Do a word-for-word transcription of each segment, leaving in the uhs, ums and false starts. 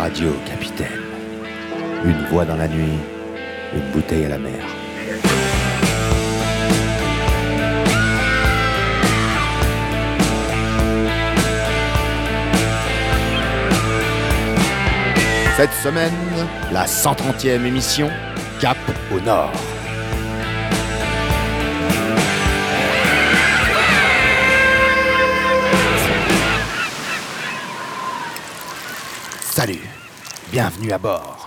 Radio Capitaine. Une voix dans la nuit, une bouteille à la mer. Cette semaine, la cent trentième émission, Cap au Nord. Salut, bienvenue à bord.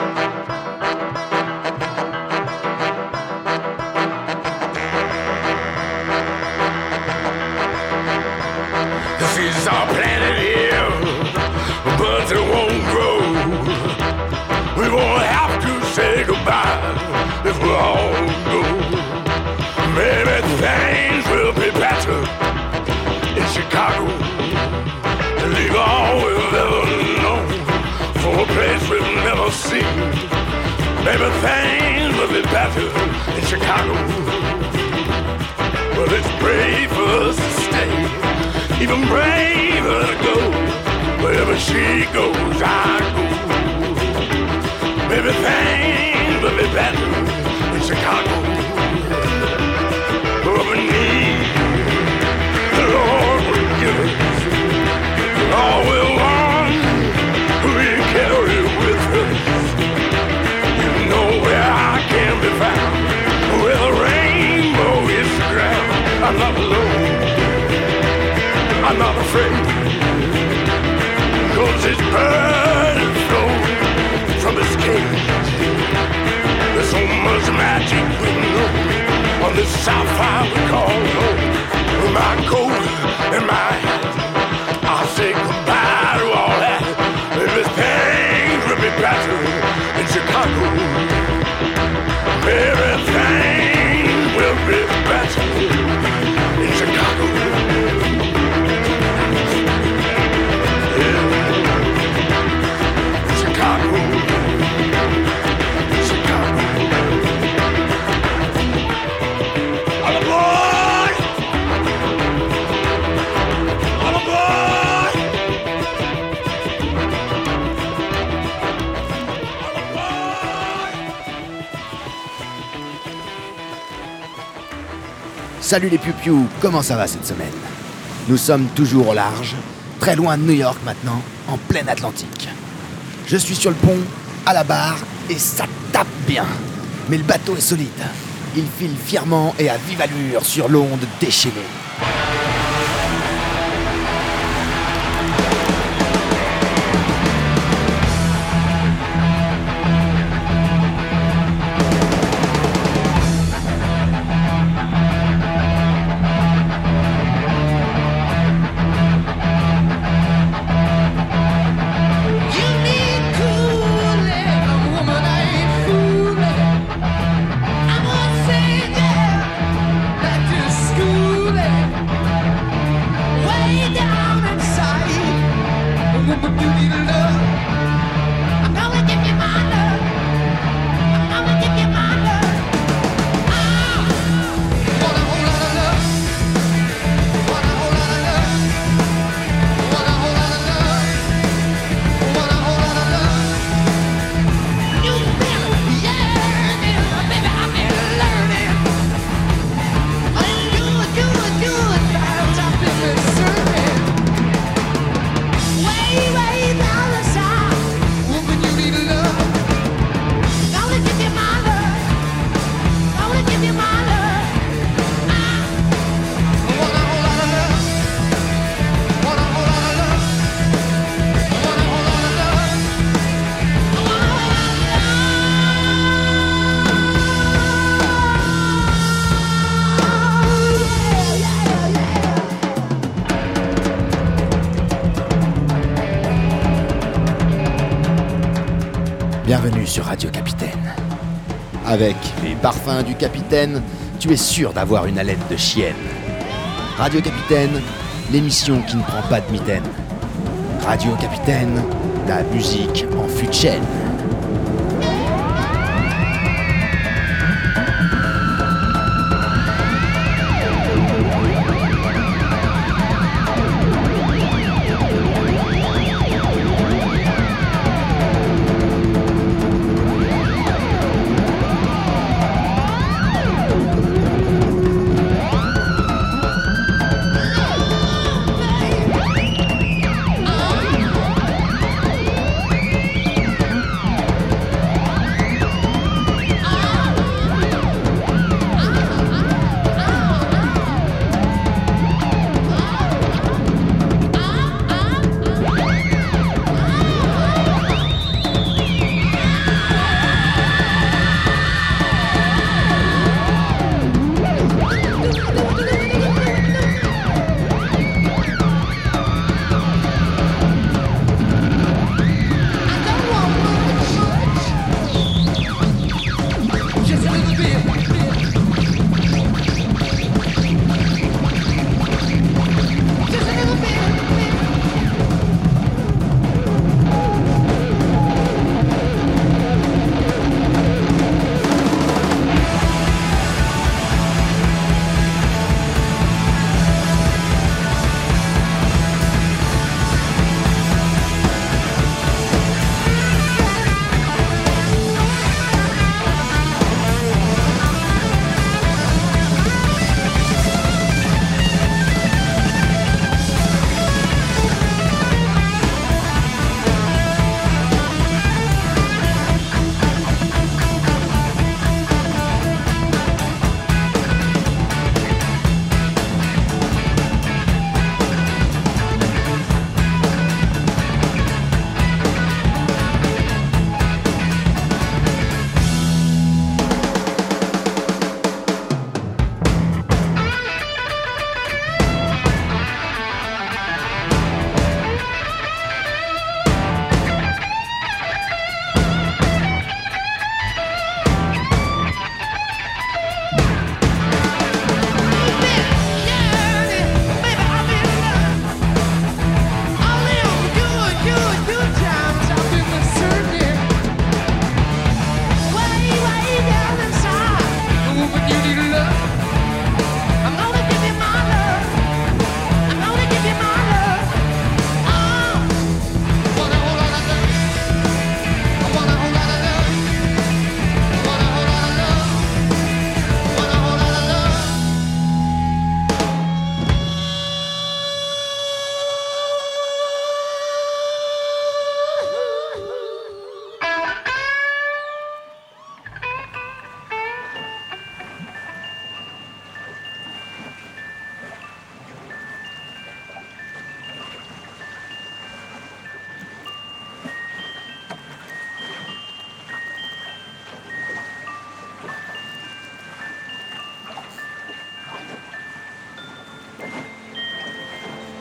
This is our planet here, but it won't grow. We won't have to say goodbye if we all go. Maybe things will be better in Chicago. Leave all we've ever known for a place we've never seen. Maybe things will be better in Chicago. Well, it's brave for us to stay, even braver to go. Wherever she goes, I go. Maybe things will be better in Chicago. But we need the Lord will give us all we want. We carry with us. You know where I can be found, where the rainbow is the ground. I'm not alone, I'm not afraid, 'cause this bird is flown from his cage. There's so much magic we know on this south side we call home. With my coat and my hat, I'll say goodbye to all that. Maybe things will be better in Chicago. Maybe things will be better in Chicago. Yeah. Chicago. Chicago. All aboard! All aboard! All aboard! Salut les piou-piou, comment ça va cette semaine? Nous sommes toujours au large, très loin de New York maintenant, en pleine Atlantique. Je suis sur le pont, à la barre, et ça tape bien. Mais le bateau est solide. Il file fièrement et à vive allure sur l'onde déchaînée. Bienvenue sur Radio Capitaine. Avec les parfums du capitaine, tu es sûr d'avoir une haleine de chienne. Radio Capitaine, l'émission qui ne prend pas de mitaine. Radio Capitaine, la musique en fût de chêne.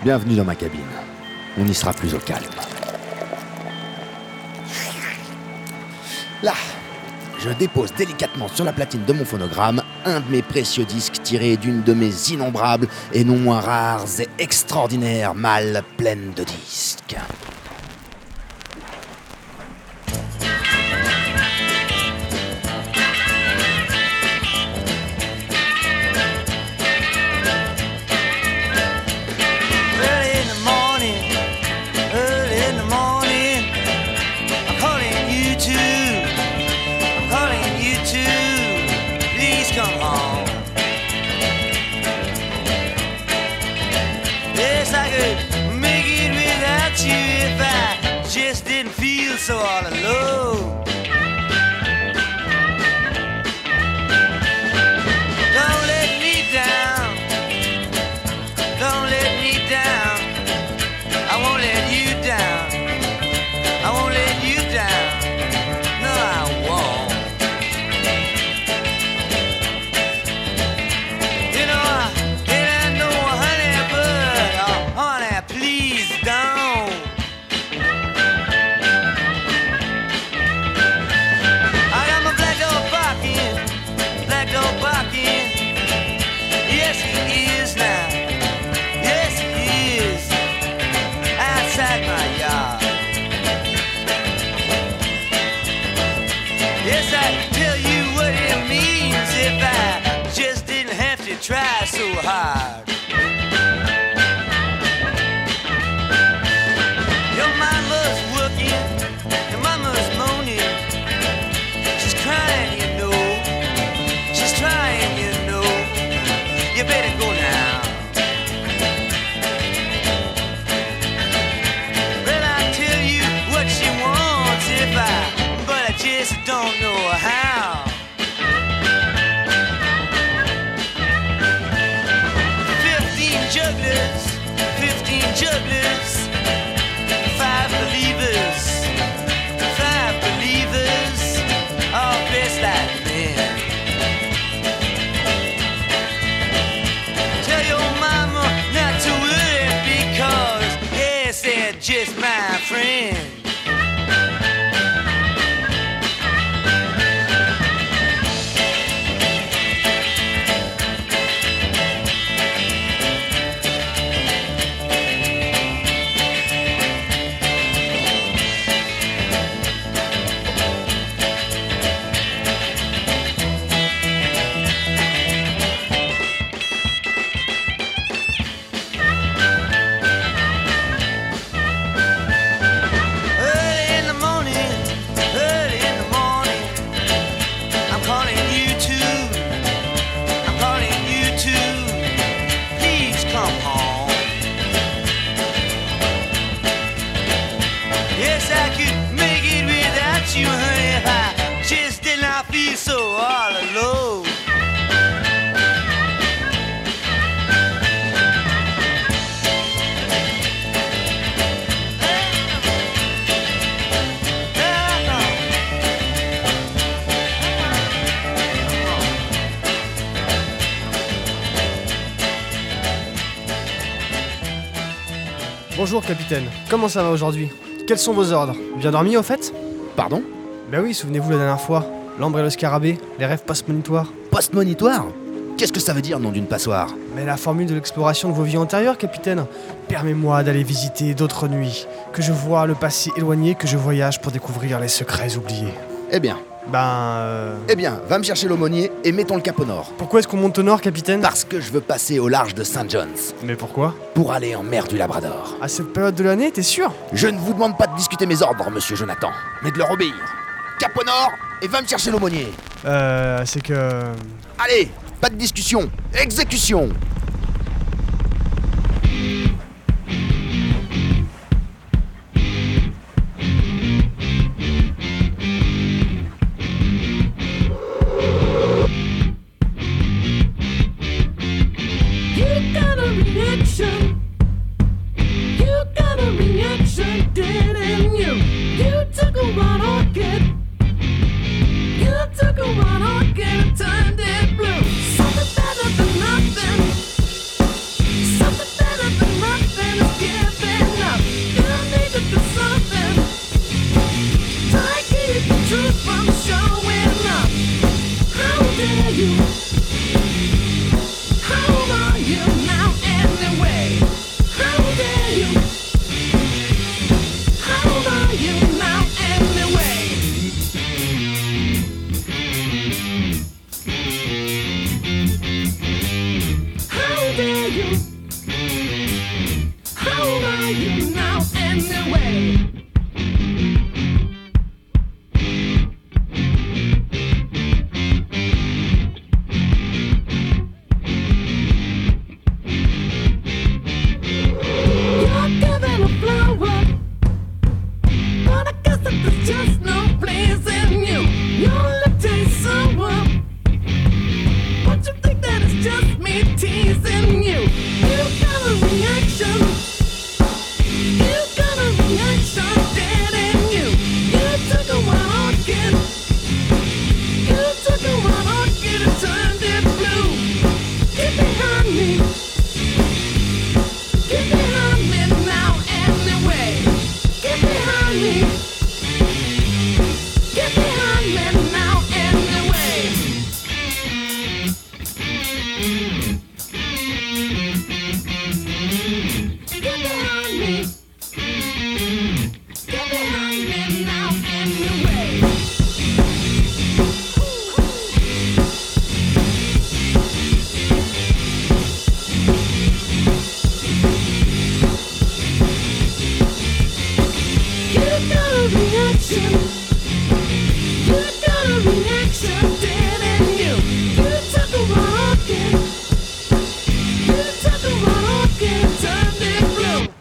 Bienvenue dans ma cabine. On y sera plus au calme. Là, je dépose délicatement sur la platine de mon phonogramme un de mes précieux disques tirés d'une de mes innombrables et non moins rares et extraordinaires malles pleines de disques. So all alone. Don't let me down. Don't let me down. I won't let you down. I won't let you down. No, I won't. You know, I, and I know, honey, but oh, honey, please don't. Yes, he is now. Yes, he is. Outside my yard. Yes, I tell you what it means if I just didn't have to try so hard. Your mama's working. Your mama's moaning. She's crying, you know. She's trying, you know. You better go now. Well, I tell you what she wants if I, but I just don't know how. Fifteen jugglers, fifteen jugglers, five believers, five believers, all dressed like men. Just my friend. You, honey, I just did not feel so all alone. Bonjour capitaine, comment ça va aujourd'hui? Quels sont vos ordres? Bien dormi au fait? Pardon? Bah oui, souvenez-vous la dernière fois, l'ambre et le scarabée, les rêves post-monitoires. Post-monitoire? Qu'est-ce que ça veut dire, nom d'une passoire? Mais la formule de l'exploration de vos vies antérieures, capitaine. Permets-moi d'aller visiter d'autres nuits, que je vois le passé éloigné, que je voyage pour découvrir les secrets oubliés. Eh bien. Ben... Euh... Eh bien, va me chercher l'aumônier et mettons le cap au nord. Pourquoi est-ce qu'on monte au nord, capitaine? Parce que je veux passer au large de Saint John's. Mais pourquoi? Pour aller en mer du Labrador. À cette période de l'année, t'es sûr? Je ne vous demande pas de discuter mes ordres, monsieur Jonathan, mais de leur obéir. Cap au nord et va me chercher l'aumônier. Euh... c'est que... Allez, pas de discussion, exécution. Something better than nothing.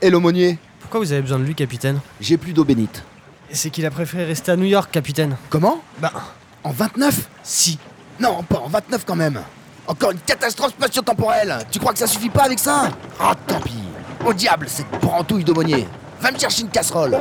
Et l'aumônier? Pourquoi vous avez besoin de lui, capitaine? J'ai plus d'eau bénite. Et c'est qu'il a préféré rester à New York, capitaine. Comment? Bah, En vingt-neuf? si. Non, pas en vingt-neuf quand même. Encore une catastrophe spatio-temporelle. Tu crois que ça suffit pas avec ça? Ah, tant pis. Au diable, cette brantouille d'aumônier. Va me chercher une casserole.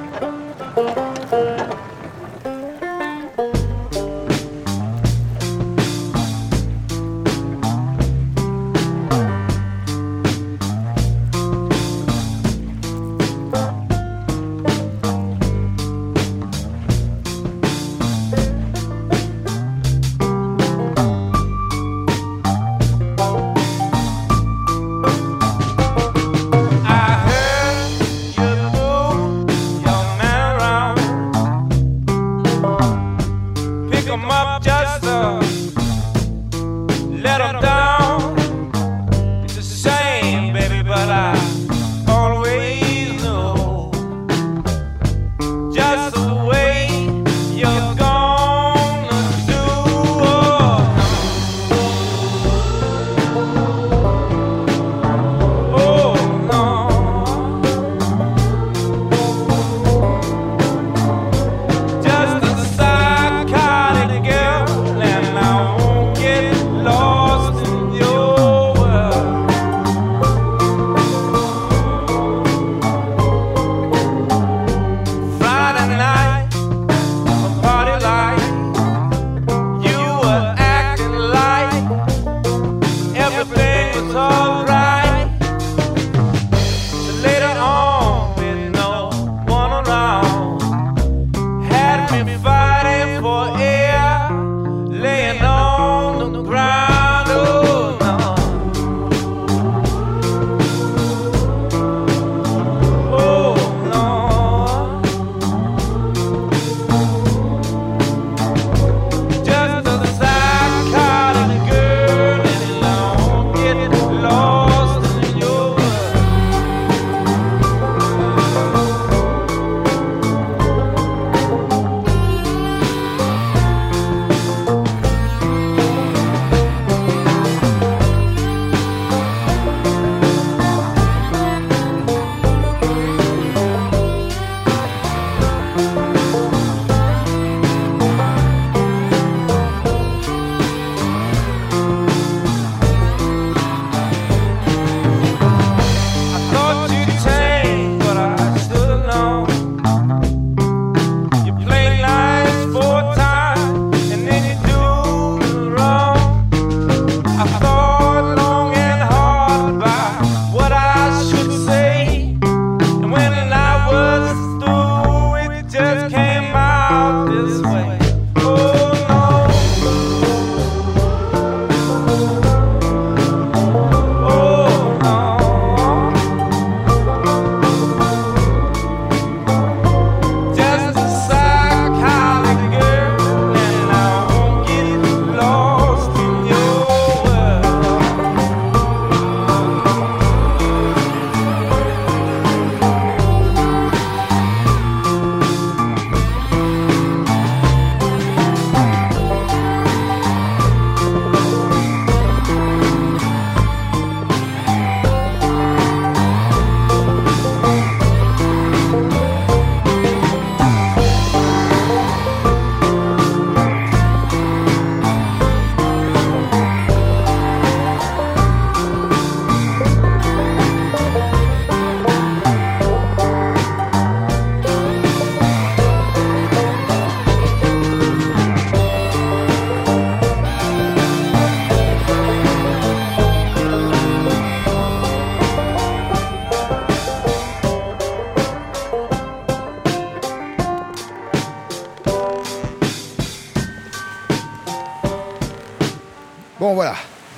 Bon voilà.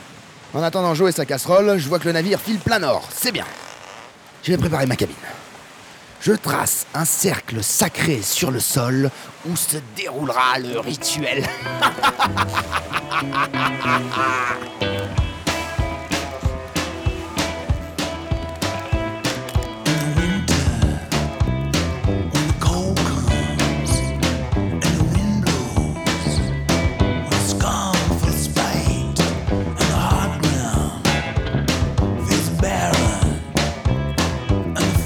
En attendant Joe et sa casserole, je vois que le navire file plein nord. C'est bien. Je vais préparer ma cabine. Je trace un cercle sacré sur le sol où se déroulera le rituel. And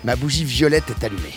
Ma bougie violette est allumée.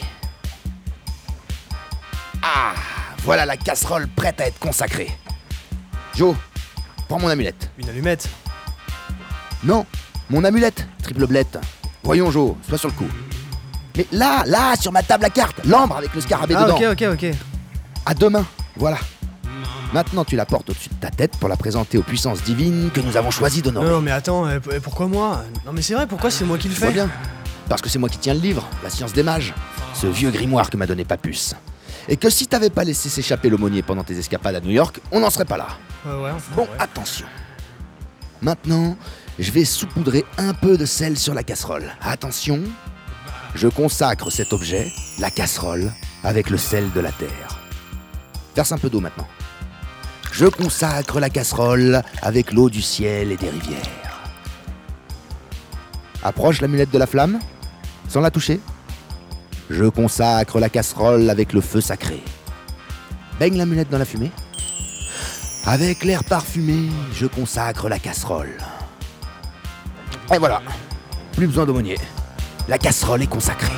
Ah, voilà la casserole prête à être consacrée. Joe, prends mon amulette. Une allumette. Non, mon amulette, triple blette. Voyons Joe, sois sur le coup. Mais là, là, sur ma table à cartes, l'ambre avec le scarabée Ah dedans. ok, ok, ok. À deux mains, voilà. Maintenant tu la portes au-dessus de ta tête pour la présenter aux puissances divines que nous avons choisi d'honorer. Non, non, mais attends, euh, p- pourquoi moi? Non, mais c'est vrai, pourquoi c'est moi qui le Tu vois fais? bien, parce que c'est moi qui tiens le livre, la science des mages, ce vieux grimoire que m'a donné Papus. Et que si t'avais pas laissé s'échapper l'aumônier pendant tes escapades à New York, on n'en serait pas là. Ouais, ouais, enfin, Bon, ouais. attention. Maintenant, je vais saupoudrer un peu de sel sur la casserole. Attention, je consacre cet objet, la casserole, avec le sel de la terre. Verse un peu d'eau maintenant. Je consacre la casserole avec l'eau du ciel et des rivières. Approche l'amulette de la flamme, sans la toucher. Je consacre la casserole avec le feu sacré. Baigne l'amulette dans la fumée. Avec l'air parfumé, je consacre la casserole. Et voilà, plus besoin d'aumônier. La casserole est consacrée.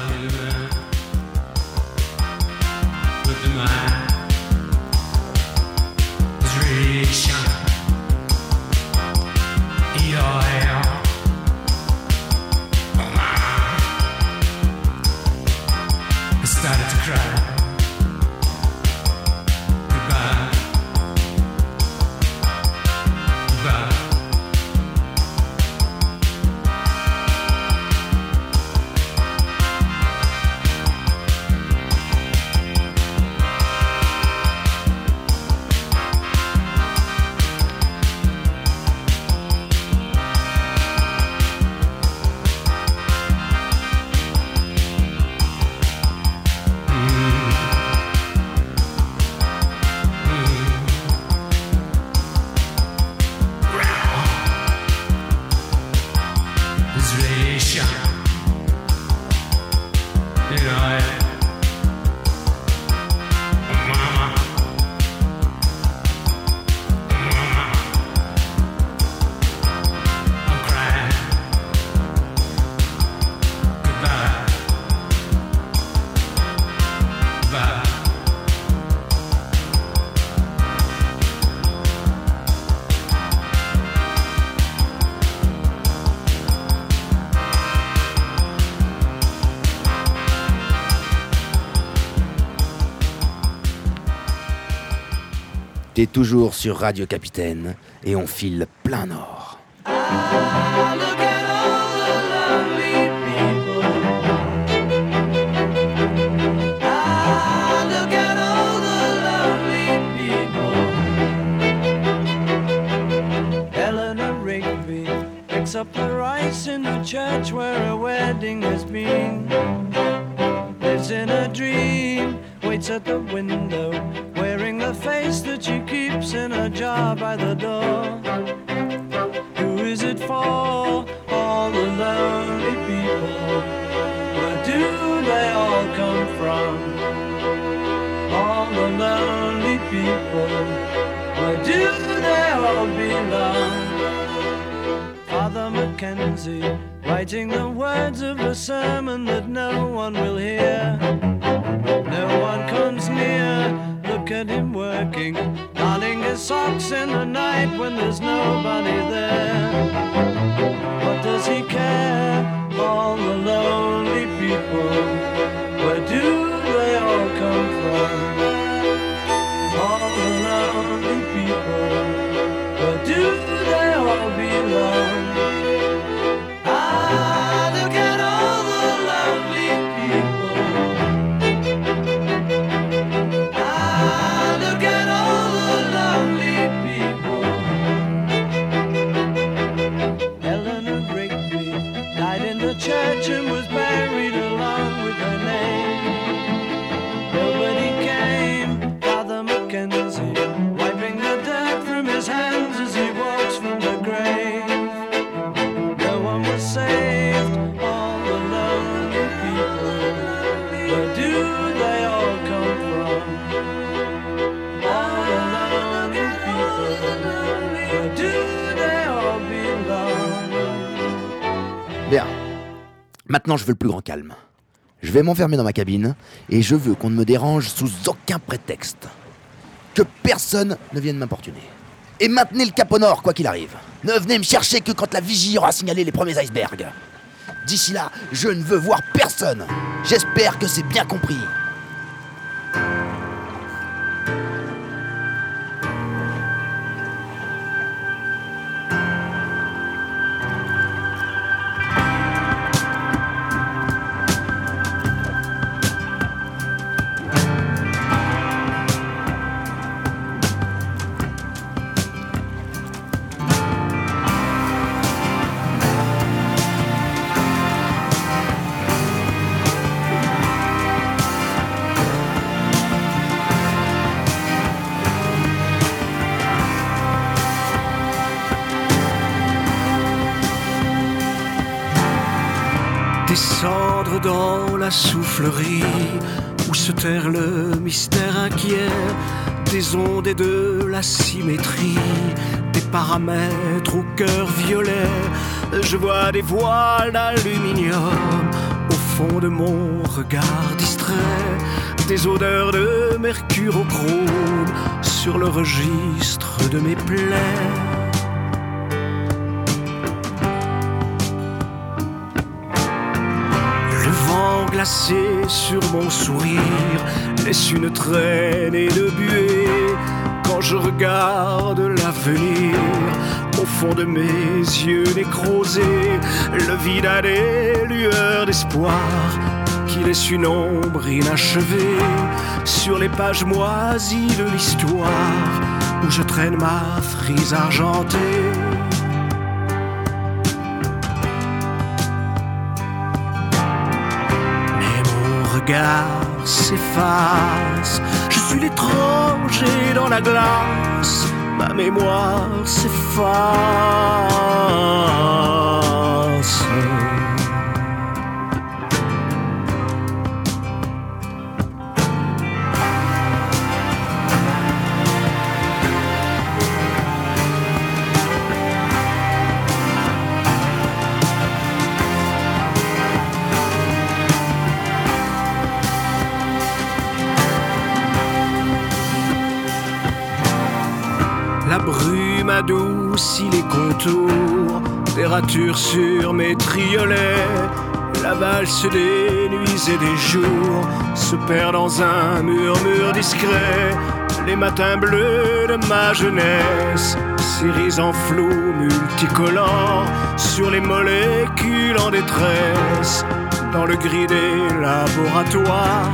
Started to cry. Goodbye. Goodbye. T'es toujours sur Radio Capitaine et on file plein nord. Ah, look at all the lonely people. Ah, look at all the lonely people. Eleanor Rigby picks up the rice in the church where a wedding has been. Lives in a dream, waits at the window, wearing the face that she keeps in a jar by the door. Who is it for? All the lonely people. Where do they all come from? All the lonely people. Where do they all belong? Father Mackenzie, writing the words of a sermon that no one will hear. No one comes near. Look at him working, darning his socks in the night when there's nobody there. What does he care? All the lonely people. Where do they all come from? All the lonely people. Where do they all belong? Ah, look at all the lonely people. Ah, look at all the lonely people. Eleanor Rigby died in the church and was buried along with her name. Nobody came, Father Mackenzie, wiping the dirt from his hands as he walks from the grave. No one was saved, all the lonely people. Where do they all come from? All the lonely people. Where do they all belong? Bien. Maintenant, je veux le plus grand calme. Je vais m'enfermer dans ma cabine et je veux qu'on ne me dérange sous aucun prétexte. Que personne ne vienne m'importuner. Et maintenez le cap au nord, quoi qu'il arrive. Ne venez me chercher que quand la vigie aura signalé les premiers icebergs. D'ici là, je ne veux voir personne. J'espère que c'est bien compris. Descendre dans la soufflerie où se terre le mystère inquiet des ondes et de la symétrie, des paramètres au cœur violet. Je vois des voiles d'aluminium au fond de mon regard distrait, des odeurs de mercure au chrome sur le registre de mes plaies. Glacé sur mon sourire laisse une traînée de buée quand je regarde l'avenir au fond de mes yeux nécrosés. Le vide a des lueurs d'espoir qui laissent une ombre inachevée sur les pages moisies de l'histoire où je traîne ma frise argentée. Regard s'efface, je suis l'étranger dans la glace, ma mémoire s'efface. La brume adoucit les contours, des ratures sur mes triolets. La valse des nuits et des jours se perd dans un murmure discret. Les matins bleus de ma jeunesse s'irisent en flot multicolore sur les molécules en détresse dans le gris des laboratoires.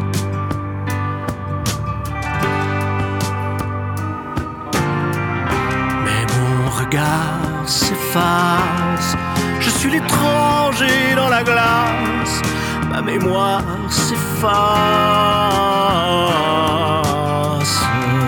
Regard s'efface, je suis l'étranger dans la glace, ma mémoire s'efface.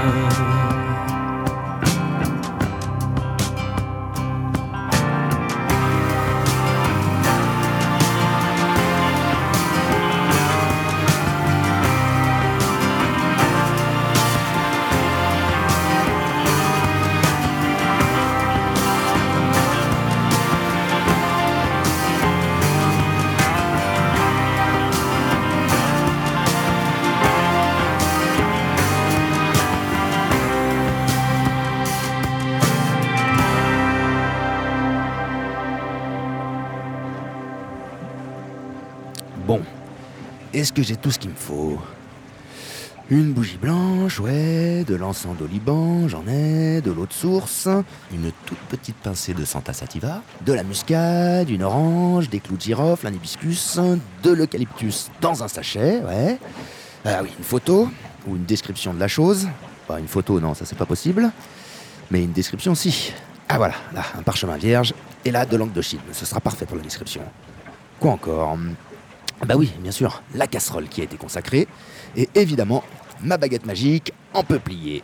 Bon, est-ce que j'ai tout ce qu'il me faut? Une bougie blanche, ouais, de l'encens d'oliban, j'en ai, de l'eau de source, une toute petite pincée de Santa Sativa, de la muscade, une orange, des clous de girofle, un hibiscus, de l'eucalyptus dans un sachet, ouais. Ah oui, une photo, ou une description de la chose. Pas une photo, non, ça c'est pas possible. Mais une description, si. Ah voilà, là, un parchemin vierge, et là, de l'encre de Chine. Ce sera parfait pour la description. Quoi encore? Bah oui, bien sûr, la casserole qui a été consacrée, et évidemment, ma baguette magique en peuplier.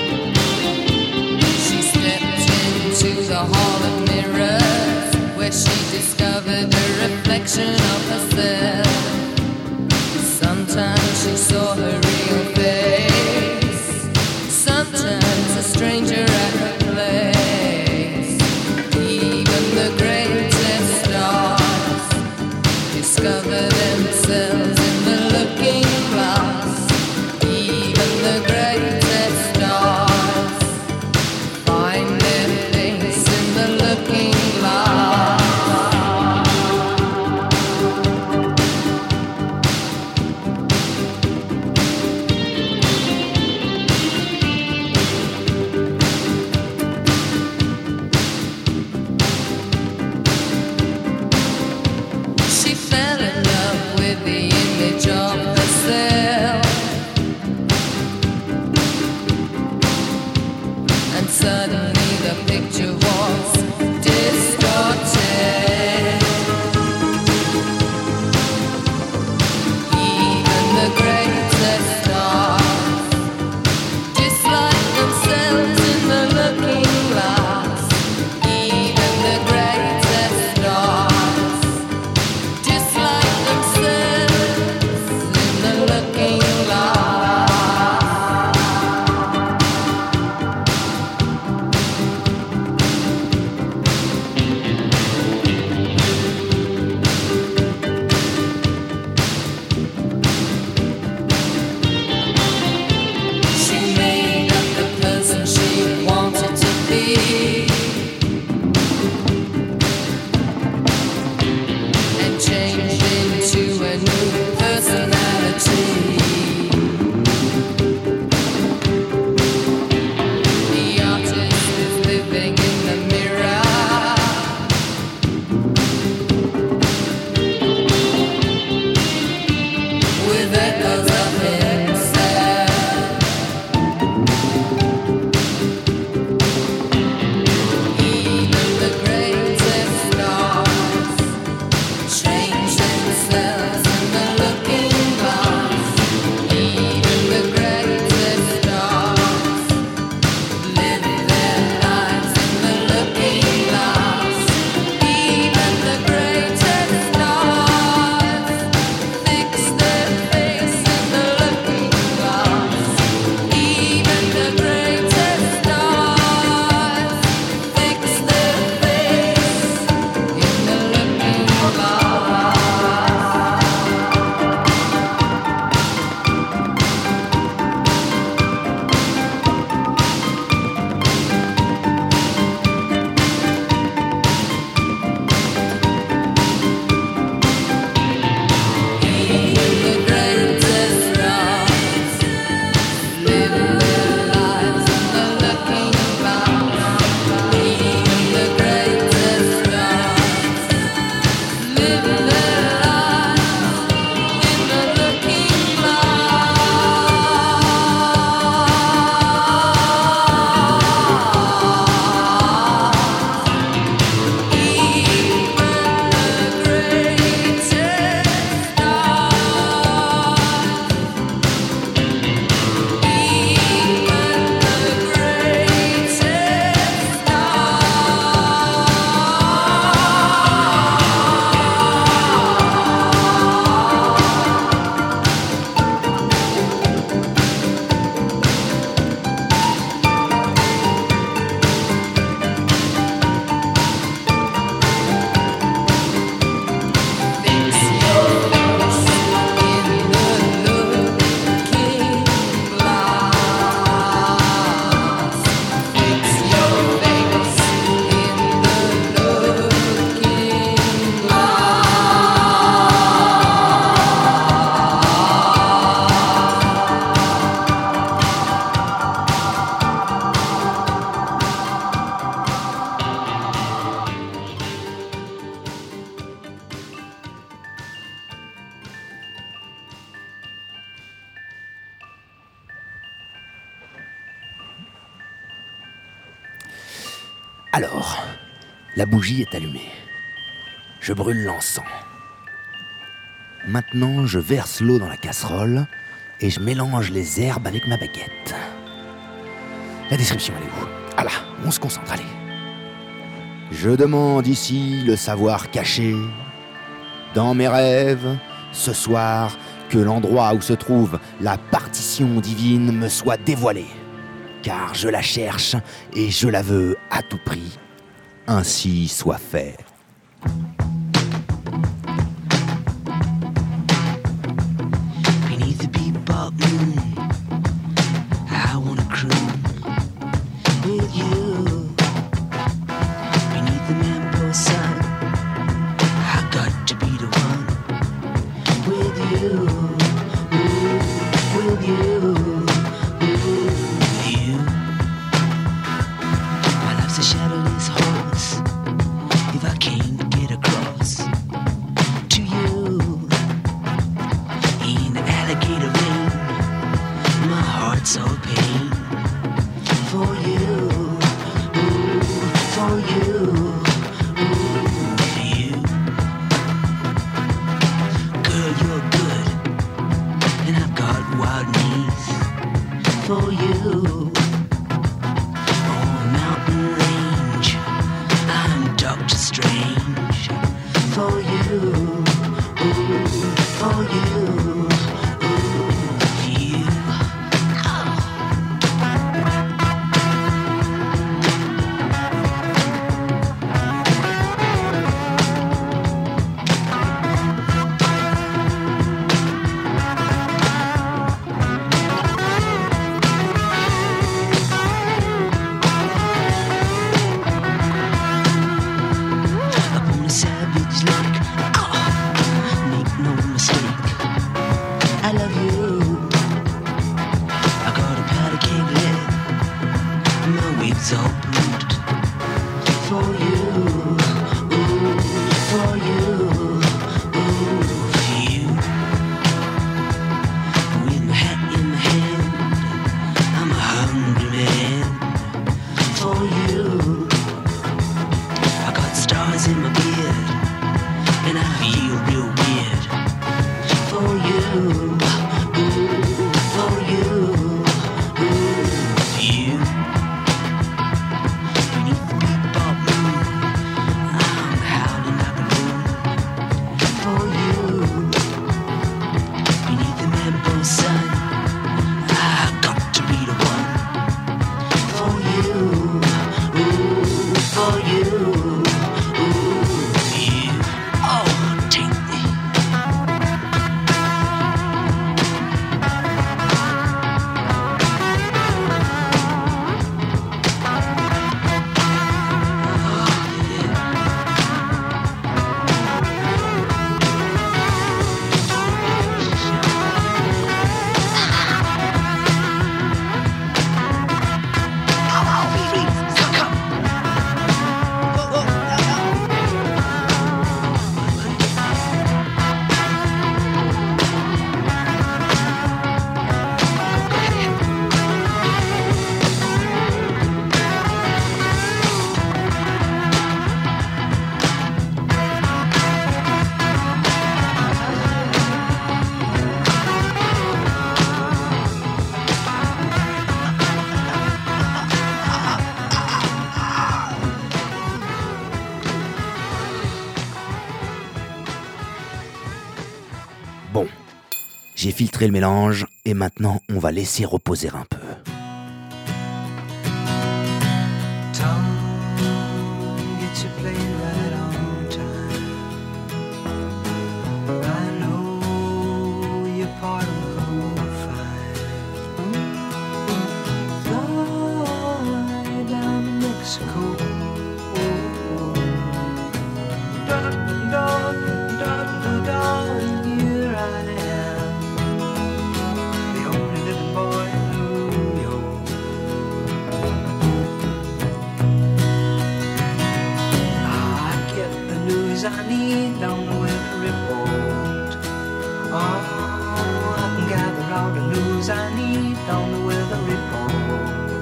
She stepped into the hall of mirrors where she she saw her real face. Sometimes a stranger at her place. Even the greatest stars discover themselves in the looking glass. Even the greatest stars find their place in the looking glass. She fell in love with the image of herself, and suddenly the picture was distorted. Even the greatest stars dislike themselves in the looking glass. Even the greatest stars dislike themselves in the looking glass. She made up the person she wanted to be, and changed into a new personality. The artist is living in the mirror, with echoes of himself. Even the greatest stars change themselves in the looking glass. Even the greatest stars live their lives in the looking glass. Even the greatest stars fix their face in the looking glass. Even the greatest stars fix their face in the looking glass. Even the greatest stars live their lives in the looking glass. Even the greatest stars live their lives in the looking glass. Even the greatest Alors, la bougie est allumée. Je brûle l'encens. Maintenant, je verse l'eau dans la casserole et je mélange les herbes avec ma baguette. La description, elle est où? Ah là, on se concentre, allez. Je demande ici le savoir caché. Dans mes rêves, ce soir, que l'endroit où se trouve la partition divine me soit dévoilé, car je la cherche et je la veux à tout prix. Ainsi soit fait. Beneath the bebop moon, I wanna croon with you. Beneath the mambo sun, I got to be the one with you, ooh, with you, ooh, with you. My life's a shadowless horse. If I can't get across to you in the alligator rain, my heart's all pain for you, ooh, for you, ooh, for you. Girl, you're good, and I've got wild knees for you. On mountain range, I'm Doctor Strange for you, ooh, for you, ooh, for you. Oh. Upon a savage lake, oh, make no mistake, I love you. I got a powder keg leg, my wig's all bruised for you, ooh, for you, ooh, for you. With my hat in my hand, I'm a hungry man for you. I got stars in my beard, and I feel real weird for you, ooh, for you, ooh, for you. Beneath the bebop moon, I'm howling like a loon for you. Beneath the mambo sun, I got to be the one for you, ooh, for you, ooh, for you. Oh, take me. Bon, j'ai filtré le mélange et maintenant on va laisser reposer un peu. Tom, get your plane right on time. I know you're part of the whole fine. Fly down to Mexico. Da, da, da, da, da, here I am, the only living boy in New York. I get the news I need on the weather report. Oh, I can gather all the news I need on the weather report.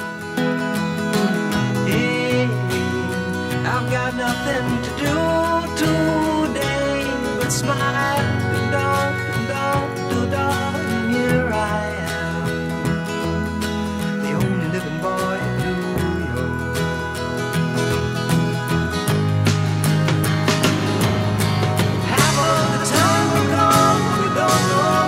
Hey, I've got nothing to do today but smile and dog and dog and dog, and here I am, the only living boy in New York. Half of the time we're gone, we don't know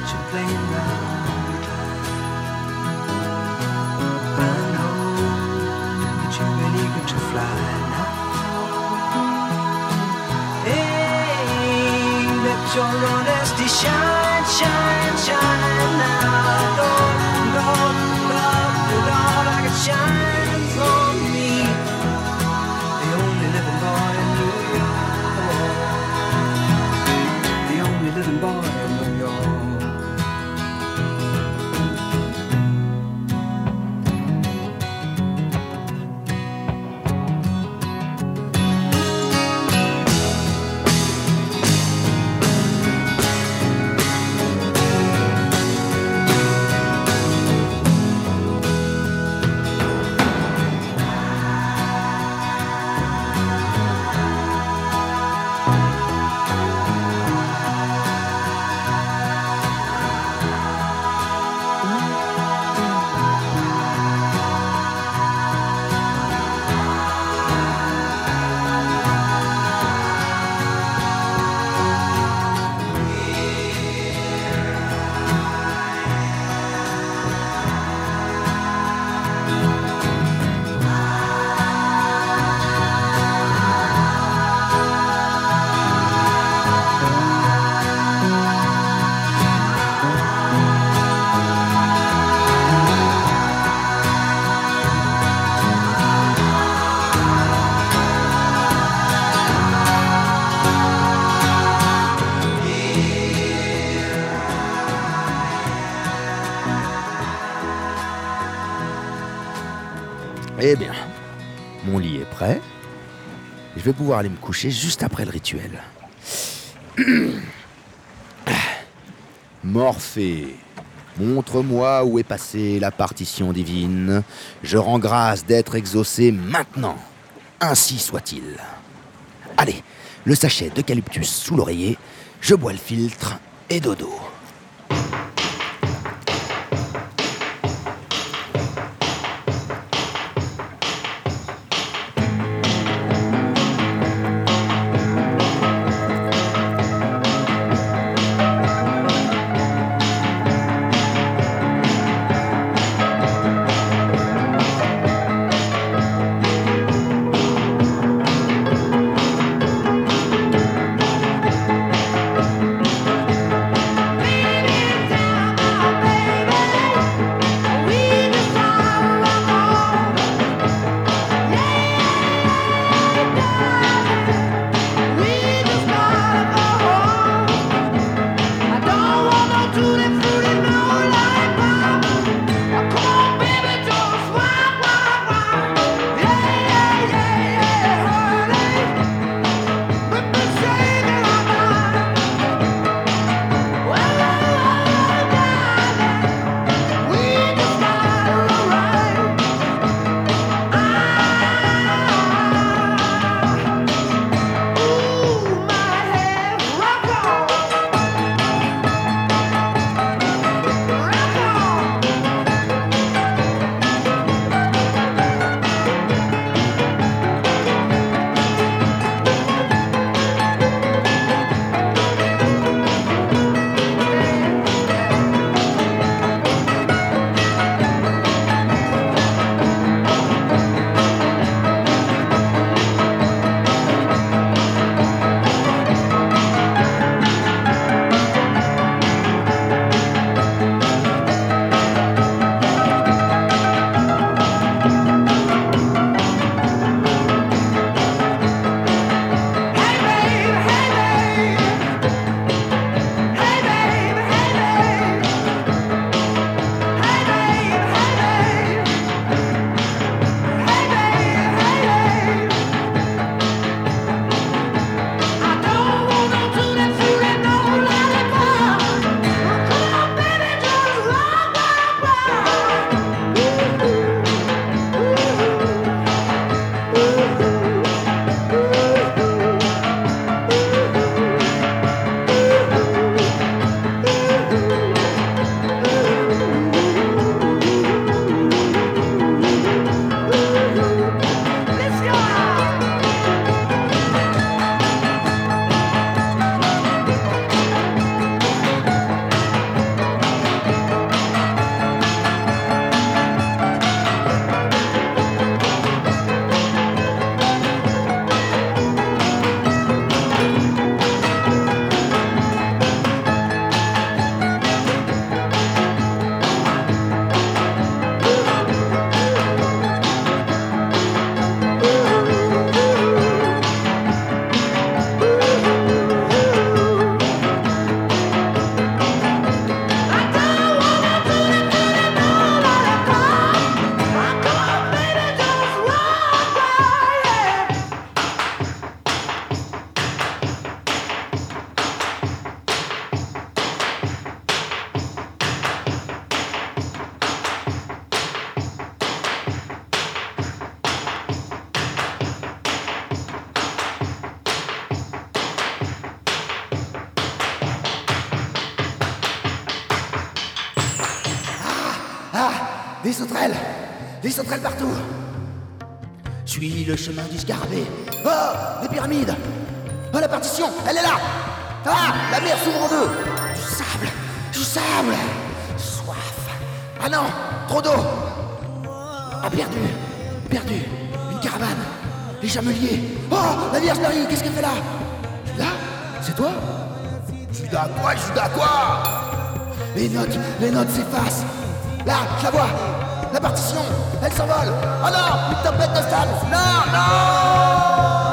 that you're playing round. I know that you've been eager to fly now. Hey, let your honesty shine, shine, shine now. Lord, Lord, Lord, Lord, like it shines on me. The only living boy in New York. The only living boy in New York. Eh bien, mon lit est prêt. Je vais pouvoir aller me coucher juste après le rituel. Morphée, montre-moi où est passée la partition divine. Je rends grâce d'être exaucé maintenant. Ainsi soit-il. Allez, le sachet d'eucalyptus sous l'oreiller, je bois le filtre et dodo. Hey! Des sauterelles! Des sauterelles partout! Suis le chemin du scarabée. Oh! Des pyramides! Oh, la partition! Elle est là! Ah! La mer s'ouvre en deux! Du sable! Du sable! Soif! Ah non! Trop d'eau! Ah, perdu! Perdu! Une caravane! Les chameliers! Oh! La Vierge Marie! Qu'est-ce qu'elle fait là? Là? C'est toi? Judas quoi? Judas quoi? Les notes! Les notes s'effacent! Là! Je la vois! La partition! Elle s'envole! Oh non! Une tempête de sable! Non! Non!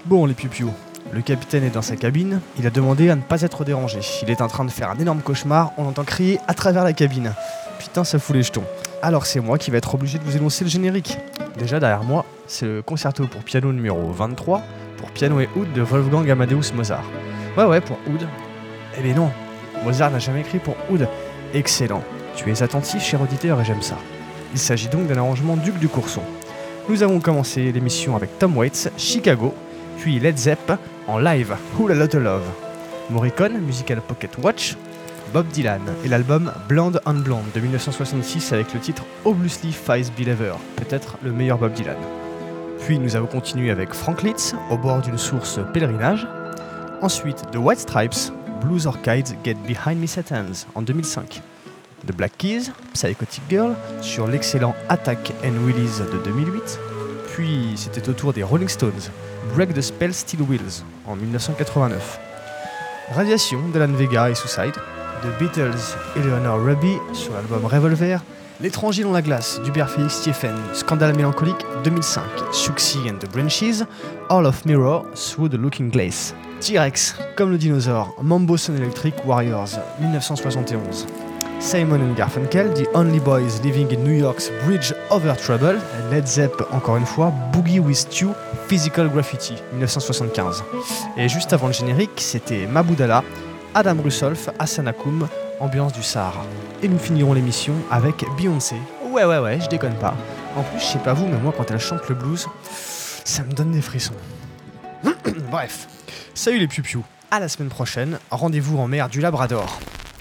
Bon les piou-piou, le capitaine est dans sa cabine, il a demandé à ne pas être dérangé. Il est en train de faire un énorme cauchemar, on entend crier à travers la cabine. Putain, ça fout les jetons. Alors c'est moi qui vais être obligé de vous énoncer le générique. Déjà derrière moi, c'est le concerto pour piano numéro vingt-trois, pour piano et oud de Wolfgang Amadeus Mozart. Ouais ouais, pour oud. Eh bien non, Mozart n'a jamais écrit pour oud. Excellent. Tu es attentif, cher auditeur, et j'aime ça. Il s'agit donc d'un arrangement Duc du Courson. Nous avons commencé l'émission avec Tom Waits, Chicago, puis Led Zepp en live, Who a Lot of Love. Morricone, Musical Pocket Watch, Bob Dylan et l'album Blonde on Blonde de dix-neuf cent soixante-six avec le titre Obviously Five Believer, peut-être le meilleur Bob Dylan. Puis nous avons continué avec Frank Litz, au bord d'une source pèlerinage. Ensuite The White Stripes, Blues Orchids Get Behind Me Satans en deux mille cinq. The Black Keys, Psychotic Girl, sur l'excellent Attack and Release de deux mille huit. Puis c'était au tour des Rolling Stones, Break the Spell Steel Wheels en dix-neuf cent quatre-vingt-neuf. Radiation d'Alan Vega et Suicide, The Beatles, Eleanor Ruby sur l'album Revolver, L'étranger dans la glace d'Hubert Félix Stephen, Scandale mélancolique deux mille cinq, Suxy and the Branches, All of Mirror, Through the Looking Glass. T-Rex, comme le dinosaure, Mambo Sun Electric Warriors, dix-neuf cent soixante et onze. Simon and Garfunkel, The Only Boys Living in New York's Bridge Over Trouble, Led Zepp, encore une fois, Boogie with You, Physical Graffiti, dix-neuf cent soixante-quinze. Et juste avant le générique, c'était Maboudala, Adam Russolf, Hassan Akoum, ambiance du Sahara. Et nous finirons l'émission avec Beyoncé. Ouais, ouais, ouais, je déconne pas. En plus, je sais pas vous, mais moi, quand elle chante le blues, ça me donne des frissons. Bref, salut les piou-piou, à la semaine prochaine, rendez-vous en mer du Labrador.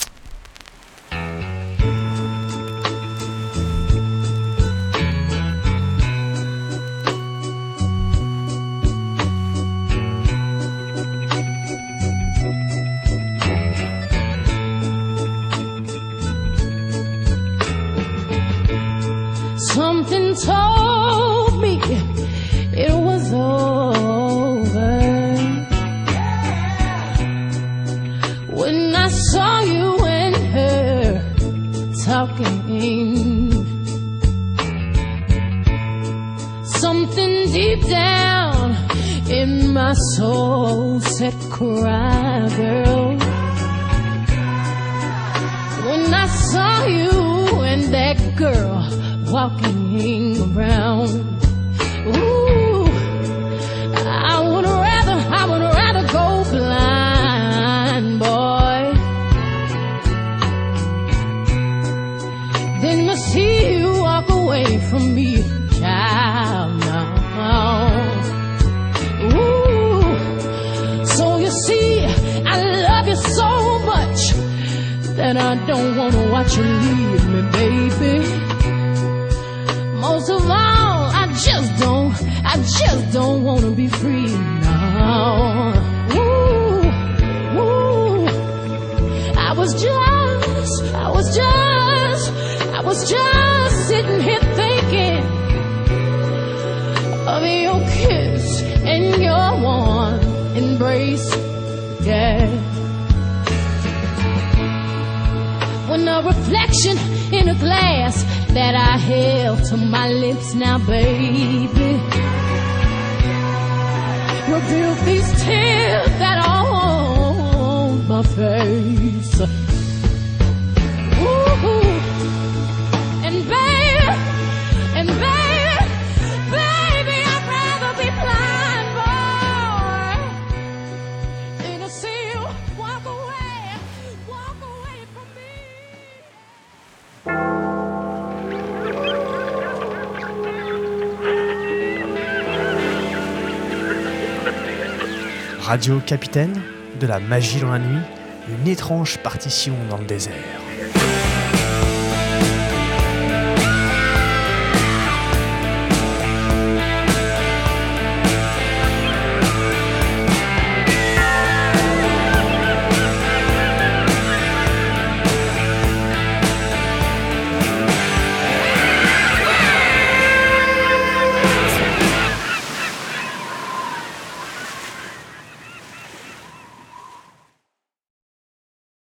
Something told me it was over when I saw you and her talking. Something deep down in my soul said, cry, girl. When I saw you and that girl walking around, ooh, I would rather, I would rather go blind, boy, than to see you walk away from me, child, now. Ooh, so you see, I love you so much that I don't want to watch you leave me, baby. Most of all, I just don't, I just don't wanna be free now. Ooh, ooh. I was just, I was just, I was just sitting here thinking of your kiss and your warm embrace, yeah. When a reflection in a glass that I held to my lips now, baby, revealed these tears that are on my face. Ooh, and baby, and baby, baby, I'd rather be blind, boy, than to see you walk away, walk away from me. Radio Capitaine, de la magie dans la nuit, une étrange partition dans le désert.